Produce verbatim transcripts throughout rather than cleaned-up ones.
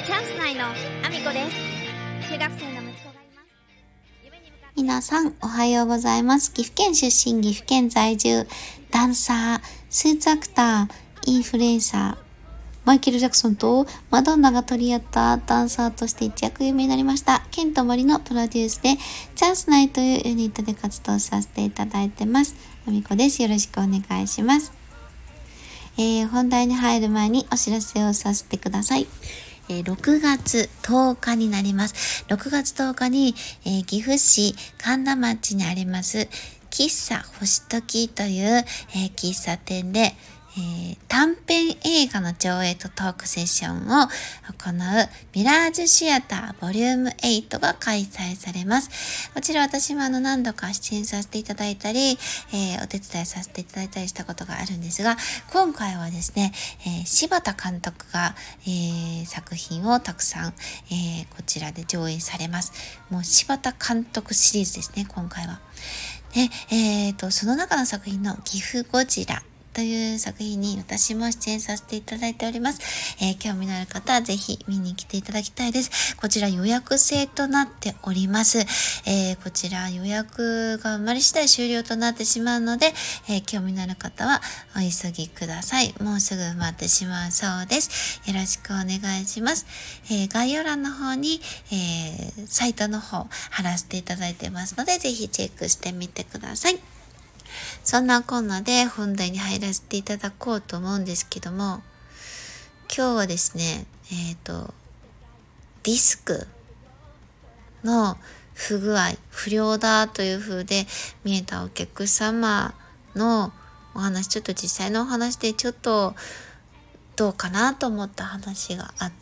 チャンス内のアミコです。中学生の息子がいます。 皆さんおはようございます。岐阜県出身、岐阜県在住、ダンサー、スーツアクター、インフルエンサー、マイケル・ジャクソンとマドンナが取り合ったダンサーとして一躍有名になりました。ケントモリのプロデュースでチャンスナイというユニットで活動させていただいてます。アミコです。よろしくお願いします。えー、本題に入る前にお知らせをさせてください。えー、ろくがつとおかになります。ろくがつとおかに、えー、岐阜市神田町にあります喫茶星時という、えー、喫茶店で、えー、短編映画の上映とトークセッションを行うミラージュシアターボリュームエイトが開催されます。こちら私もあの何度か出演させていただいたり、えー、お手伝いさせていただいたりしたことがあるんですが、今回はですね、えー、柴田監督が、えー、作品をたくさん、えー、こちらで上映されます。もう柴田監督シリーズですね、今回は。で、えーと、その中の作品の岐阜ゴジラという作品に私も出演させていただいております。えー、興味のある方はぜひ見に来ていただきたいです。こちら予約制となっております。えー、こちら予約が埋まり次第終了となってしまうので、えー、興味のある方はお急ぎください。もうすぐ埋まってしまうそうです。よろしくお願いします。えー、概要欄の方に、えー、サイトの方貼らせていただいてますので、ぜひチェックしてみてください。そんなこんなで本題に入らせていただこうと思うんですけども、今日はですね、えっと、ディスクの不具合、不良だという風で見えたお客様のお話、ちょっと実際のお話でちょっとどうかなと思った話があって、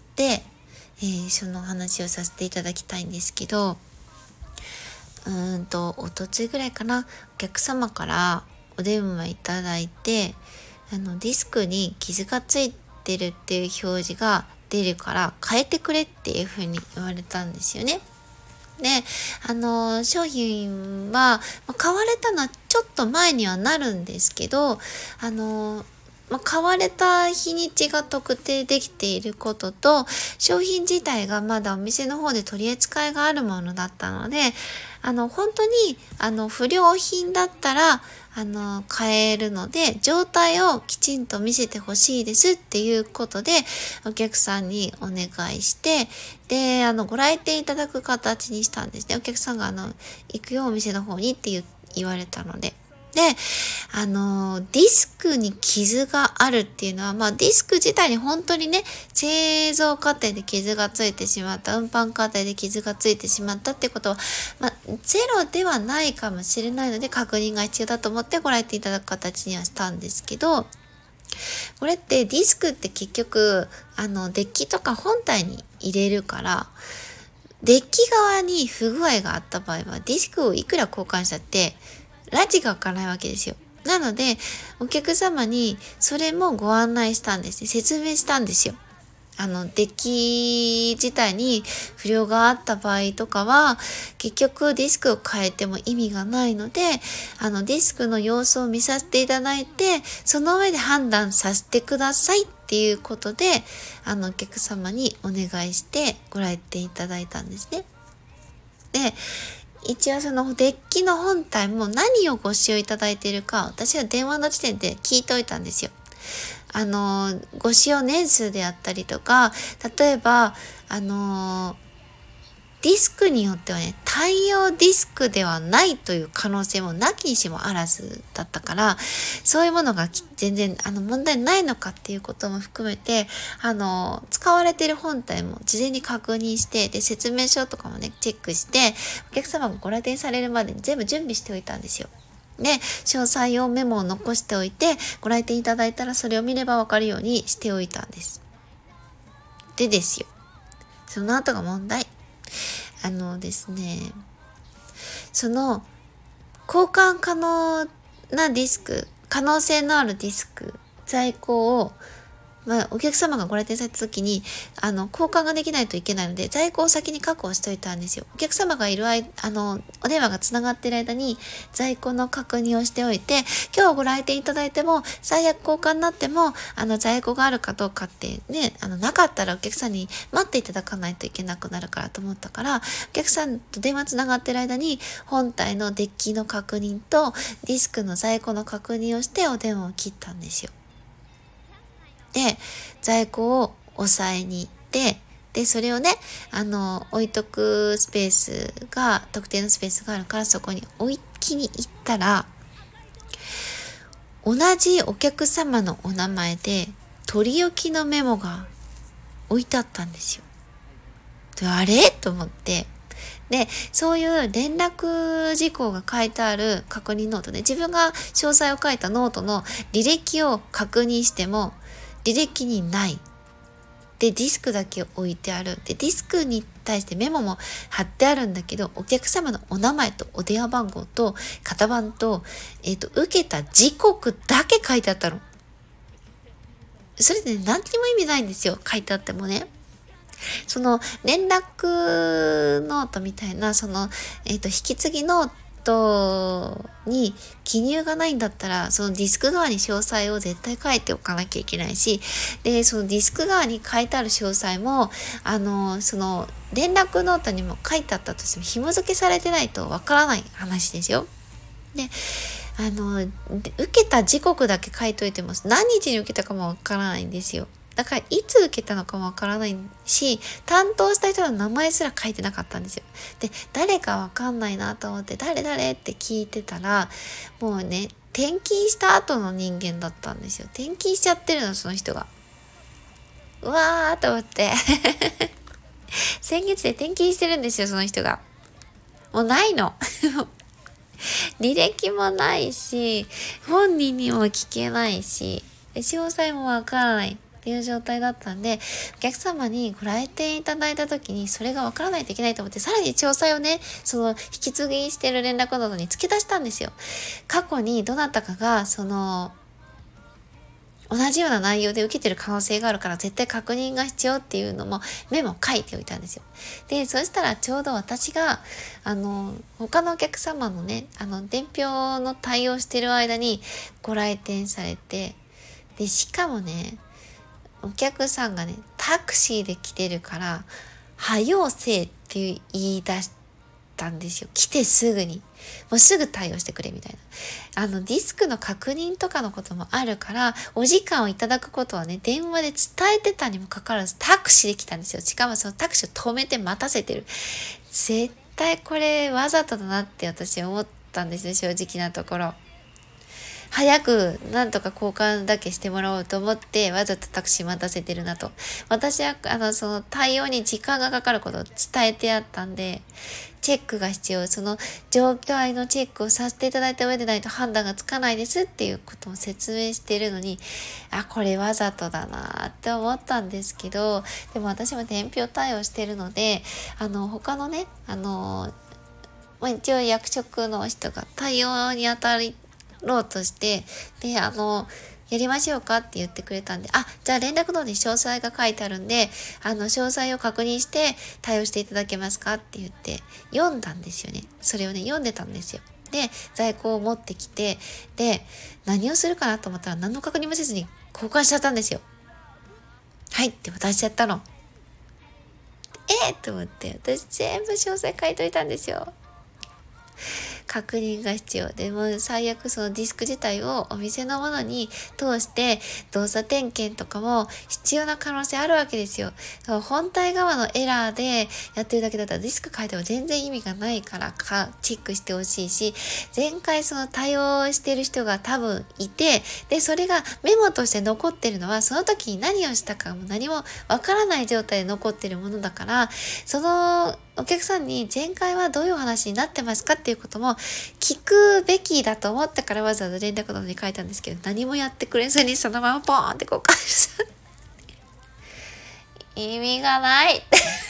えー、その話をさせていただきたいんですけど、うーんと、おとついぐらいかな、お客様からお電話いただいて、あのディスクに傷がついてるっていう表示が出るから変えてくれっていう風に言われたんですよね。で、あの商品は、まあ、買われたのはちょっと前にはなるんですけど、あのまあ、買われた日にちが特定できていることと、商品自体がまだお店の方で取り扱いがあるものだったので、あの本当にあの不良品だったらあの買えるので、状態をきちんと見せてほしいですっていうことでお客さんにお願いして、であのご来店いただく形にしたんですね。お客さんがあの行くよお店の方にって言言われたので。で、あの、ディスクに傷があるっていうのは、まあディスク自体に本当にね、製造過程で傷がついてしまった、運搬過程で傷がついてしまったってことは、まあゼロではないかもしれないので確認が必要だと思ってご来店いただく形にはしたんですけど、これってディスクって結局、あの、デッキとか本体に入れるから、デッキ側に不具合があった場合は、ディスクをいくら交換したって、ラジが開かないわけですよ。なので、お客様にそれもご案内したんですね。説明したんですよ。あの、デッキ自体に不良があった場合とかは、結局ディスクを変えても意味がないので、あの、ディスクの様子を見させていただいて、その上で判断させてくださいっていうことで、あの、お客様にお願いしてご来店いただいたんですね。で、一応そのデッキの本体も何をご使用いただいているか、私は電話の時点で聞いておいたんですよ。あの、ご使用年数であったりとか、例えば、あの、ディスクによってはね、対応ディスクではないという可能性もなきにしもあらずだったから、そういうものが全然あの問題ないのかっていうことも含めて、あの、使われている本体も事前に確認して、で、説明書とかもね、チェックして、お客様がご来店されるまでに全部準備しておいたんですよ。で、詳細用メモを残しておいて、ご来店いただいたらそれを見ればわかるようにしておいたんです。でですよ。その後が問題。あのですね、その交換可能なディスク、可能性のあるディスク、在庫をまあ、お客様がご来店された時に、あの、交換ができないといけないので、在庫を先に確保しといたんですよ。お客様がいる間、あの、お電話がつながっている間に、在庫の確認をしておいて、今日ご来店いただいても、最悪交換になっても、あの、在庫があるかどうかってね、あの、なかったらお客さんに待っていただかないといけなくなるからと思ったから、お客さんと電話つながっている間に、本体のデッキの確認と、ディスクの在庫の確認をして、お電話を切ったんですよ。で、在庫を抑えに行って、で、それをね、あの、置いとくスペースが、特定のスペースがあるから、そこに置きに行ったら、同じお客様のお名前で、取り置きのメモが置いてあったんですよ。で、あれと思って、で、そういう連絡事項が書いてある確認ノートね、自分が詳細を書いたノートの履歴を確認しても、履歴にない。で、ディスクだけ置いてある。で、ディスクに対してメモも貼ってあるんだけど、お客様のお名前とお電話番号と型番と、えっと、受けた時刻だけ書いてあったの。それでね、何にも意味ないんですよ。書いてあってもね。その連絡ノートみたいな、その、えっと、引き継ぎノートに記入がないんだったら、そのディスク側に詳細を絶対書いておかなきゃいけないし、で、そのディスク側に書いてある詳細も、あの、その連絡ノートにも書いてあったとしても紐付けされてないとわからない話ですよ。で、あの、受けた時刻だけ書いといても何日に受けたかもわからないんですよ。だからいつ受けたのかもわからないし、担当した人の名前すら書いてなかったんですよ。で、誰かわかんないなと思って、誰誰って聞いてたら、もうね、転勤した後の人間だったんですよ。転勤しちゃってるの、その人が。うわーと思って。先月で転勤してるんですよ、その人が。もうないの。履歴もないし、本人にも聞けないし、詳細もわからないっていう状態だったんで、お客様にご来店いただいた時にそれがわからないといけないと思って、さらに詳細をね、その引き継ぎしてる連絡ノートに付け出したんですよ。過去にどなたかが、その、同じような内容で受けてる可能性があるから絶対確認が必要っていうのもメモ書いておいたんですよ。で、そしたらちょうど私が、あの、他のお客様のね、あの、伝票の対応してる間にご来店されて、で、しかもね、お客さんがね、タクシーで来てるから、はようせえって言い出したんですよ。来てすぐに。もうすぐ対応してくれみたいな。あの、ディスクの確認とかのこともあるから、お時間をいただくことはね、電話で伝えてたにもかかわらず、タクシーで来たんですよ。しかもそのタクシーを止めて待たせてる。絶対これわざとだなって私思ったんですよ、正直なところ。早くなんとか交換だけしてもらおうと思ってわざとタクシー待たせてるなと。私はあのその対応に時間がかかることを伝えてあったんで、チェックが必要、その状態のチェックをさせていただいた上でないと判断がつかないですっていうことを説明しているのに、あ、これわざとだなって思ったんですけど、でも私も伝票対応してるので、あの他のね、あの一応役職の人が対応に当たりろうとして、で、あの、やりましょうかって言ってくれたんで、あ、じゃあ連絡ノートに詳細が書いてあるんで、あの、詳細を確認して対応していただけますかって言って、読んだんですよね。それをね、読んでたんですよ。で、在庫を持ってきて、で、何をするかなと思ったら何の確認もせずに交換しちゃったんですよ。はいって渡しちゃったの。えー、と思って、私全部詳細書いといたんですよ。確認が必要で、も最悪そのディスク自体をお店のものに通して動作点検とかも必要な可能性あるわけですよ。本体側のエラーでやってるだけだったらディスク変えても全然意味がないからかチェックしてほしいし、前回その対応してる人が多分いて、でそれがメモとして残ってるのはその時に何をしたかも何もわからない状態で残ってるものだから、そのお客さんに前回はどういうお話になってますかっていうことも聞くべきだと思ったからわざわざ連絡などに書いたんですけど、何もやってくれずにそのままポーンって交換した意味がない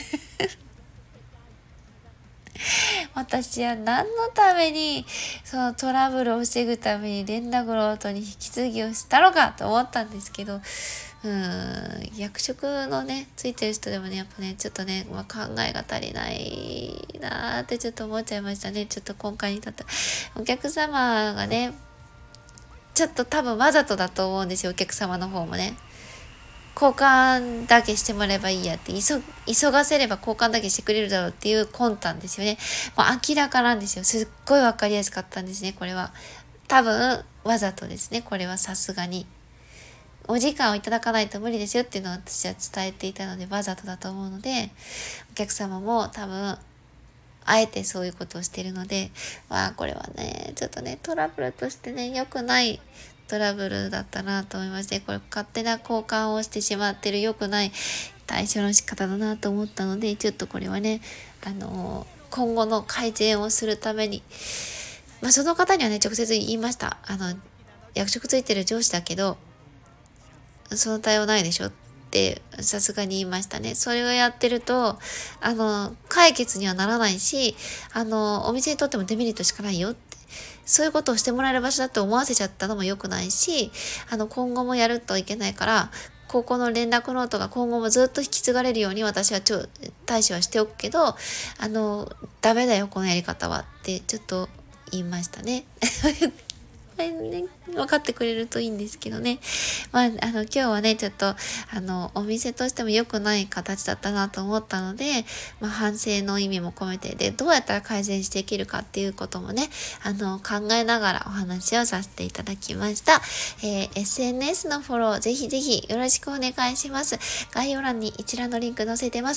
私は何のためにそのトラブルを防ぐために連絡ノートに引き継ぎをしたのかと思ったんですけど、 うーん役職のねついてる人でもねやっぱねちょっとね、まあ、考えが足りないなーってちょっと思っちゃいましたね。ちょっと今回に至ったお客様がねちょっと多分わざとだと思うんですよ。お客様の方もね交換だけしてもらえばいいやって急急がせれば交換だけしてくれるだろうっていう魂胆ですよね。もう明らかなんですよ。すっごいわかりやすかったんですね。これは多分わざとですね。これはさすがにお時間をいただかないと無理ですよっていうのを私は伝えていたのでわざとだと思うので、お客様も多分あえてそういうことをしているので、まあこれはねちょっとねトラブルとしてね良くないトラブルだったなと思いまして、これ勝手な交換をしてしまってる良くない対処の仕方だなと思ったので、ちょっとこれはねあの今後の改善をするために、まあその方にはね直接言いました。あの役職ついてる上司だけどその対応ないでしょってさすがに言いましたね。それをやってるとあの解決にはならないし、あのお店にとってもデメリットしかないよって、そういうことをしてもらえる場所だって思わせちゃったのも良くないし、あの今後もやるといけないから、高校の連絡ノートが今後もずっと引き継がれるように私はちょ対処はしておくけど、あのダメだよこのやり方はってちょっと言いましたね。ね、分かってくれるといいんですけどね。まあ、あの、今日はね、ちょっと、あの、お店としても良くない形だったなと思ったので、まあ、反省の意味も込めて、で、どうやったら改善していけるかっていうこともね、あの、考えながらお話をさせていただきました。えー、エスエヌエス のフォロー、ぜひぜひよろしくお願いします。概要欄に一覧のリンク載せてます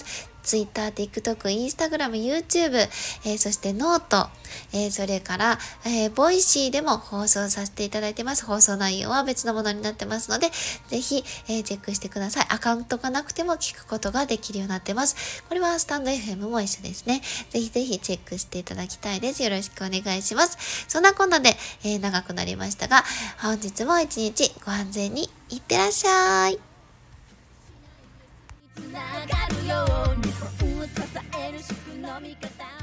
。Twitter、TikTok、Instagram、YouTube、えー、そしてノート、えー、それから、えー、ボイシーでも放送させていただいてます。放送内容は別のものになってますので、ぜひ、えー、チェックしてください。アカウントがなくても聞くことができるようになってます。これはスタンド エフエム も一緒ですね。ぜひぜひチェックしていただきたいです。よろしくお願いします。そんなこんなで、えー、長くなりましたが、本日も一日ご安全にいってらっしゃい。 つながるように本を支える宿の味方